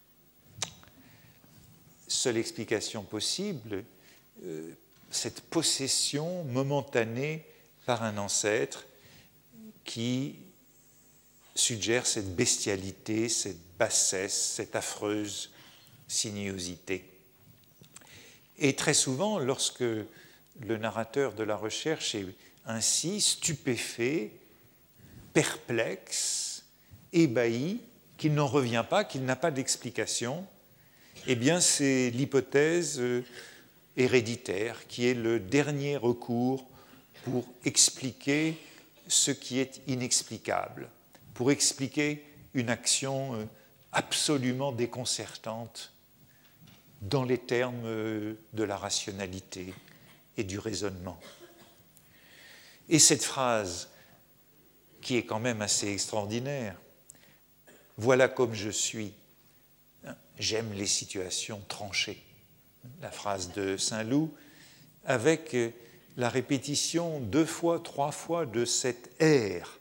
[SPEAKER 2] Seule explication possible, cette possession momentanée par un ancêtre qui suggère cette bestialité, cette bassesse, cette affreuse sinuosité. Et très souvent, lorsque le narrateur de la recherche est ainsi stupéfait, perplexe, ébahi, qu'il n'en revient pas, qu'il n'a pas d'explication, eh bien c'est l'hypothèse héréditaire qui est le dernier recours pour expliquer ce qui est inexplicable, pour expliquer une action absolument déconcertante dans les termes de la rationalité et du raisonnement. Et cette phrase, qui est quand même assez extraordinaire, « Voilà comme je suis, j'aime les situations tranchées ». la phrase de Saint-Loup, avec la répétition 2 fois, 3 fois de cet air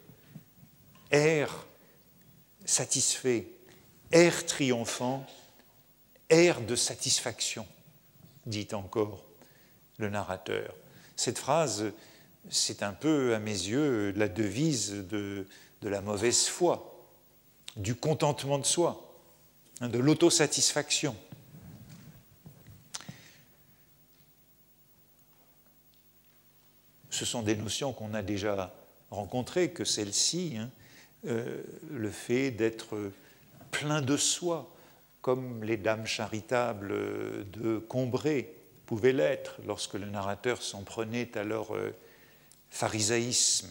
[SPEAKER 2] satisfait, air triomphant, air de satisfaction, dit encore le narrateur. Cette phrase, c'est un peu, à mes yeux, la devise de la mauvaise foi, du contentement de soi, de l'autosatisfaction. Ce sont des notions qu'on a déjà rencontrées, que celle-ci, le fait d'être plein de soi, comme les dames charitables de Combray pouvaient l'être lorsque le narrateur s'en prenait à leur pharisaïsme.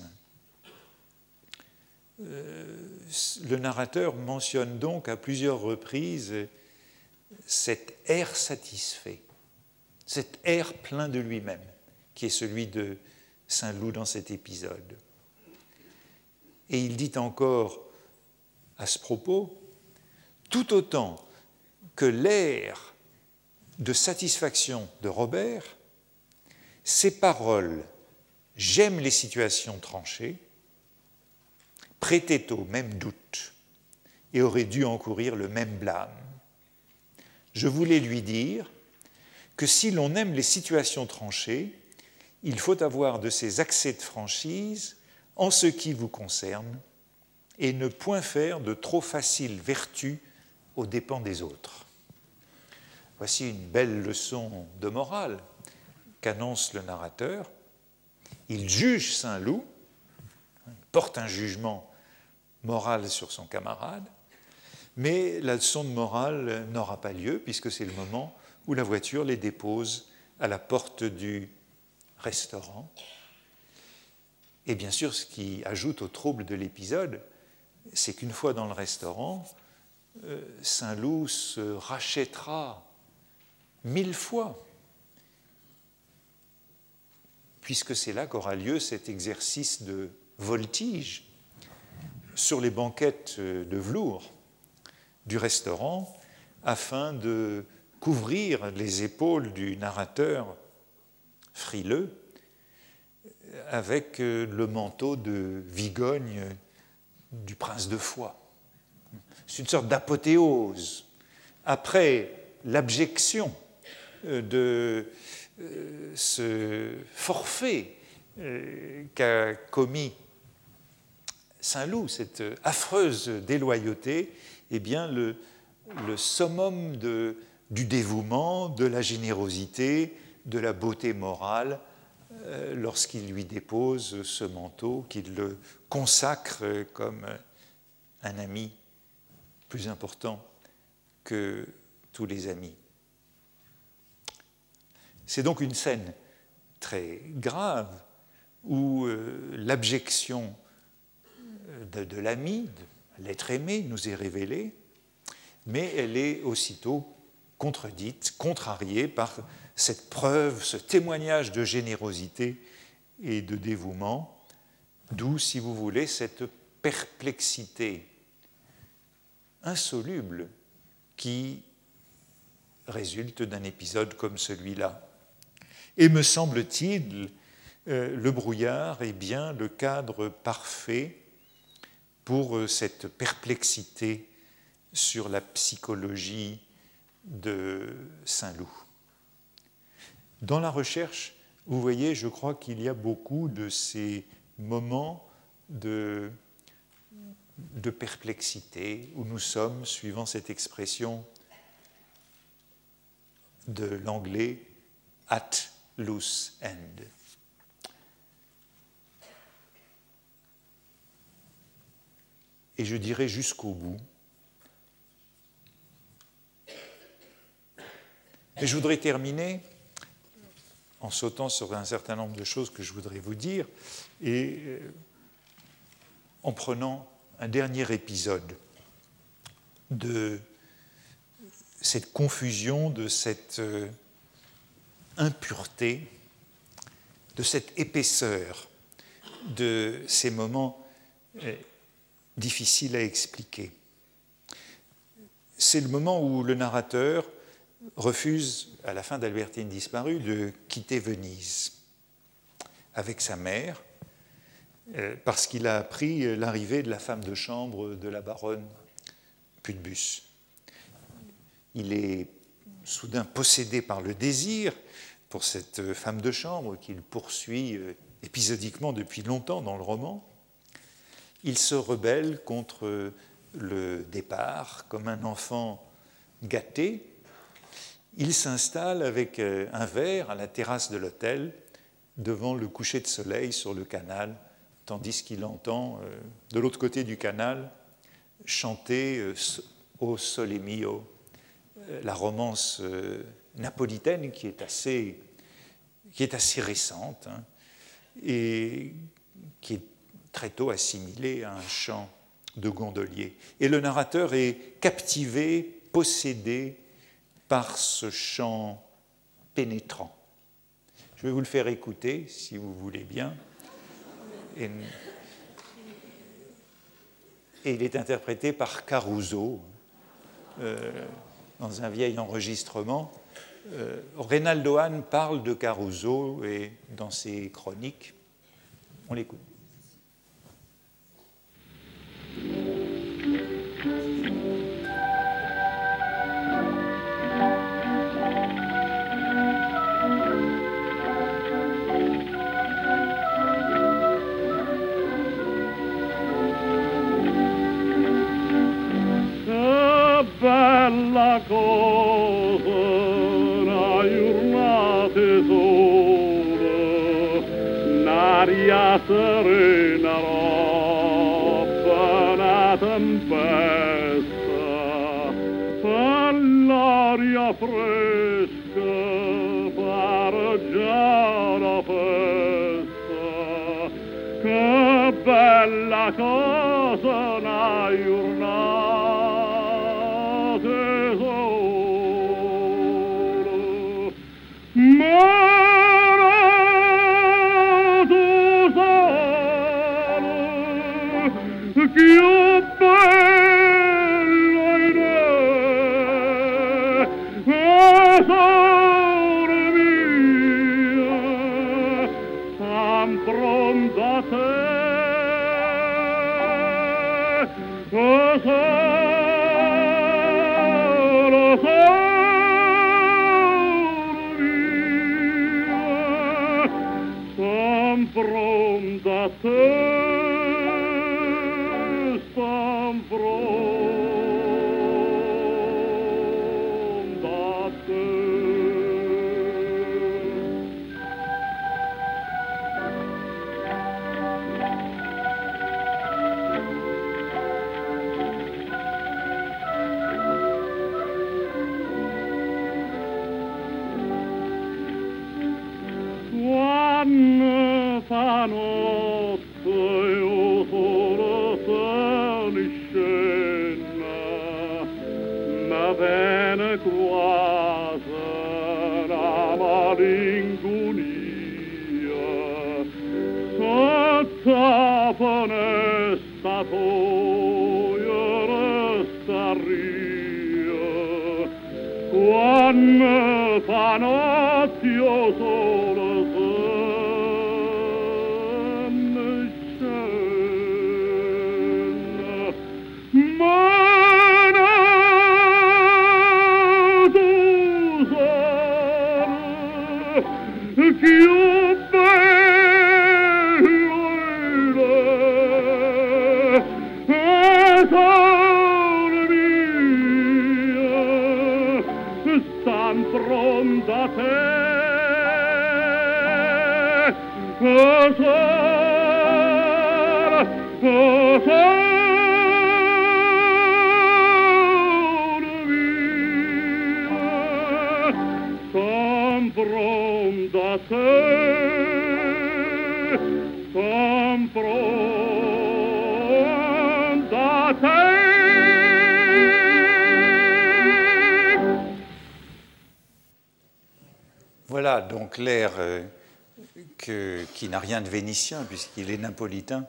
[SPEAKER 2] Le narrateur mentionne donc à plusieurs reprises cet air satisfait, cet air plein de lui-même, qui est celui de Saint-Loup dans cet épisode. Et il dit encore à ce propos, tout autant que l'air de satisfaction de Robert, ses paroles « j'aime les situations tranchées » prêtaient au même doute et auraient dû encourir le même blâme. Je voulais lui dire que si l'on aime les situations tranchées, il faut avoir de ces accès de franchise en ce qui vous concerne et ne point faire de trop faciles vertus aux dépens des autres. Voici une belle leçon de morale qu'annonce le narrateur. Il juge Saint-Loup, il porte un jugement moral sur son camarade, mais la leçon de morale n'aura pas lieu puisque c'est le moment où la voiture les dépose à la porte du restaurant. Et bien sûr, ce qui ajoute au trouble de l'épisode, c'est qu'une fois dans le restaurant, Saint-Loup se rachètera 1000 fois, puisque c'est là qu'aura lieu cet exercice de voltige sur les banquettes de velours du restaurant, afin de couvrir les épaules du narrateur frileux avec le manteau de Vigogne du prince de Foix. C'est une sorte d'apothéose. Après l'abjection de ce forfait qu'a commis Saint-Loup, cette affreuse déloyauté, eh bien le summum du dévouement, de la générosité, de la beauté morale, lorsqu'il lui dépose ce manteau, qu'il le consacre comme un ami plus important que tous les amis. C'est donc une scène très grave où l'abjection de l'ami, de l'être aimé, nous est révélée, mais elle est aussitôt contredite, contrariée par cette preuve, ce témoignage de générosité et de dévouement, d'où, si vous voulez, cette perplexité insoluble qui résulte d'un épisode comme celui-là. Et me semble-t-il, le brouillard est bien le cadre parfait pour cette perplexité sur la psychologie de Saint-Loup. Dans la recherche, vous voyez, je crois qu'il y a beaucoup de ces moments de perplexité où nous sommes, suivant cette expression de l'anglais « at loose end ». Et je dirais jusqu'au bout. Et je voudrais terminer en sautant sur un certain nombre de choses que je voudrais vous dire et en prenant un dernier épisode de cette confusion, de cette impureté, de cette épaisseur de ces moments difficiles à expliquer. C'est le moment où le narrateur refuse à la fin d'Albertine disparue, de quitter Venise avec sa mère, parce qu'il a appris l'arrivée de la femme de chambre de la baronne Putbus. Il est soudain possédé par le désir pour cette femme de chambre qu'il poursuit épisodiquement depuis longtemps dans le roman. Il se rebelle contre le départ comme un enfant gâté. Il s'installe avec un verre à la terrasse de l'hôtel devant le coucher de soleil sur le canal, tandis qu'il entend de l'autre côté du canal chanter O Sole Mio, la romance napolitaine qui est assez récente, hein, et qui est très tôt assimilée à un chant de gondolier. Et le narrateur est captivé, possédé par ce chant pénétrant. Je vais vous le faire écouter, si vous voulez bien. Et il est interprété par Caruso, dans un vieil enregistrement. Reynaldo Hahn parle de Caruso et dans ses chroniques. On l'écoute.
[SPEAKER 3] Bella cosa, una giornata sola, un'aria serena, roba, una tempesta, l'aria fresca, pareggia la festa, che bella cosa, una giornata. Più bello in tesoro mio, son pronto a te, tesoro mio, son pronto a te.
[SPEAKER 2] Voilà donc l'air qui n'a rien de vénitien puisqu'il est napolitain,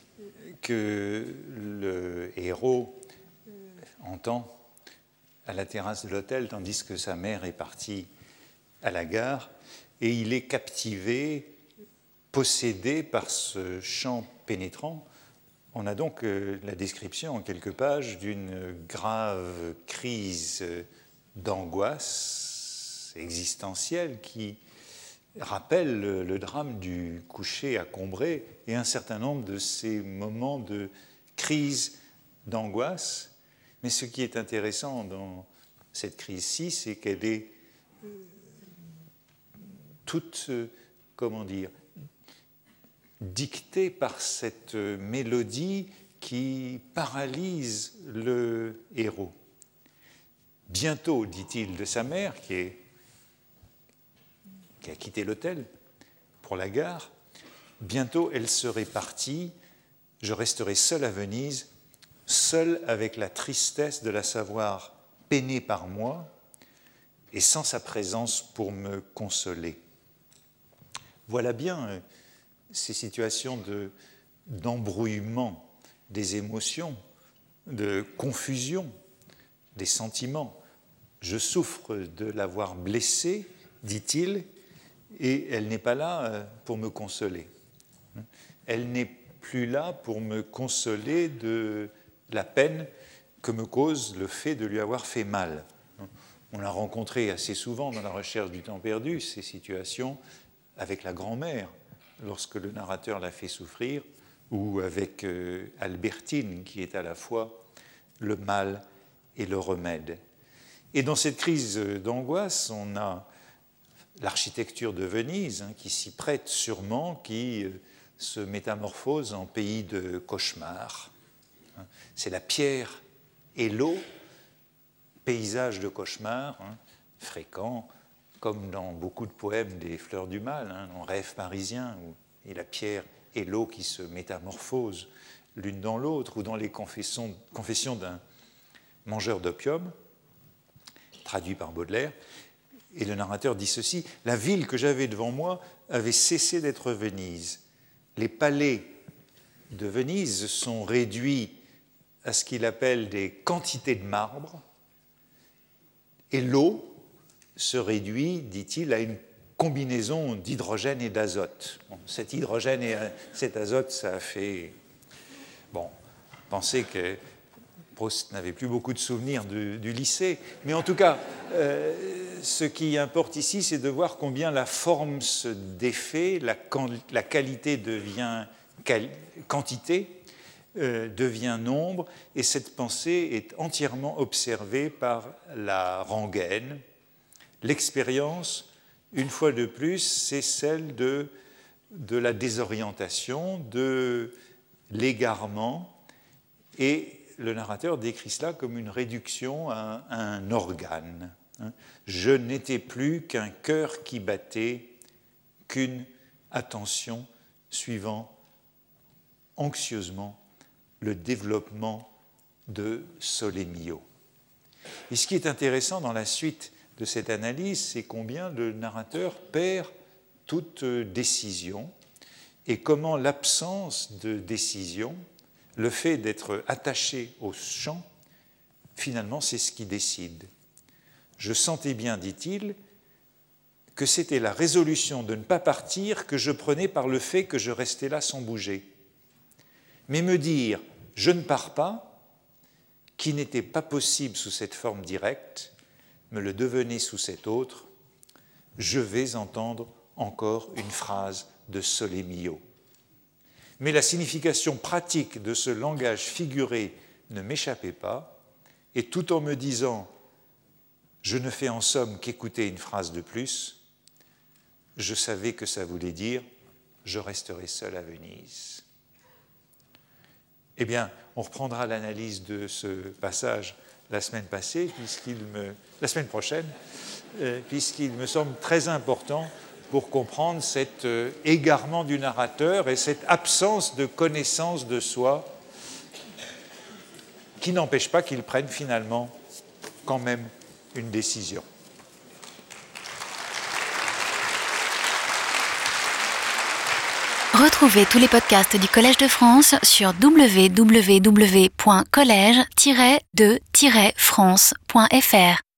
[SPEAKER 2] que le héros entend à la terrasse de l'hôtel tandis que sa mère est partie à la gare et il est captivé, possédé par ce chant pénétrant. On a donc la description en quelques pages d'une grave crise d'angoisse existentielle qui rappelle le drame du coucher à Combray et un certain nombre de ces moments de crise d'angoisse. Mais ce qui est intéressant dans cette crise-ci, c'est qu'elle est toute, dictée par cette mélodie qui paralyse le héros. Bientôt, dit-il de sa mère, qui a quitté l'hôtel pour la gare, bientôt elle serait partie, je resterai seul à Venise, seul avec la tristesse de la savoir peinée par moi et sans sa présence pour me consoler. Voilà bien ces situations d'embrouillement des émotions, de confusion des sentiments. Je souffre de l'avoir blessée, dit-il, et elle n'est pas là pour me consoler. Elle n'est plus là pour me consoler de la peine que me cause le fait de lui avoir fait mal. On l'a rencontré assez souvent dans la recherche du temps perdu, ces situations avec la grand-mère, lorsque le narrateur la fait souffrir, ou avec Albertine, qui est à la fois le mal et le remède. Et dans cette crise d'angoisse, on a l'architecture de Venise, qui s'y prête sûrement, qui se métamorphose en pays de cauchemar. C'est la pierre et l'eau, paysage de cauchemar, fréquent, comme dans beaucoup de poèmes des Fleurs du Mal, dans Rêve parisien, où il y a la pierre et l'eau qui se métamorphosent l'une dans l'autre, ou dans les confessions d'un mangeur d'opium, traduit par Baudelaire. Et le narrateur dit ceci: « La ville que j'avais devant moi avait cessé d'être Venise. Les palais de Venise sont réduits à ce qu'il appelle des quantités de marbre, et l'eau se réduit, dit-il, à une combinaison d'hydrogène et d'azote. » Bon, cet hydrogène et cet azote, ça a fait... Bon, penser que Proust n'avait plus beaucoup de souvenirs du lycée, mais en tout cas, ce qui importe ici, c'est de voir combien la forme se défait, la qualité devient quantité, devient nombre, et cette pensée est entièrement observée par la rengaine. L'expérience, une fois de plus, c'est celle de la désorientation, de l'égarement, et le narrateur décrit cela comme une réduction à un organe. Je n'étais plus qu'un cœur qui battait, qu'une attention suivant anxieusement le développement de Sole mio. Et ce qui est intéressant dans la suite de cette analyse, c'est combien le narrateur perd toute décision et comment l'absence de décision, le fait d'être attaché au chant, finalement, c'est ce qui décide. Je sentais bien, dit-il, que c'était la résolution de ne pas partir que je prenais par le fait que je restais là sans bouger. Mais me dire « je ne pars pas », qui n'était pas possible sous cette forme directe, me le devenait sous cette autre, je vais entendre encore une phrase de Sole mio. Mais la signification pratique de ce langage figuré ne m'échappait pas, et tout en me disant « je ne fais en somme qu'écouter une phrase de plus », je savais que ça voulait dire « je resterai seul à Venise ». Eh bien, on reprendra l'analyse de ce passage la semaine prochaine, puisqu'il me semble très important pour comprendre cet égarement du narrateur et cette absence de connaissance de soi qui n'empêche pas qu'il prenne finalement quand même une décision.
[SPEAKER 1] Retrouvez tous les podcasts du Collège de France sur www.collège-de-france.fr.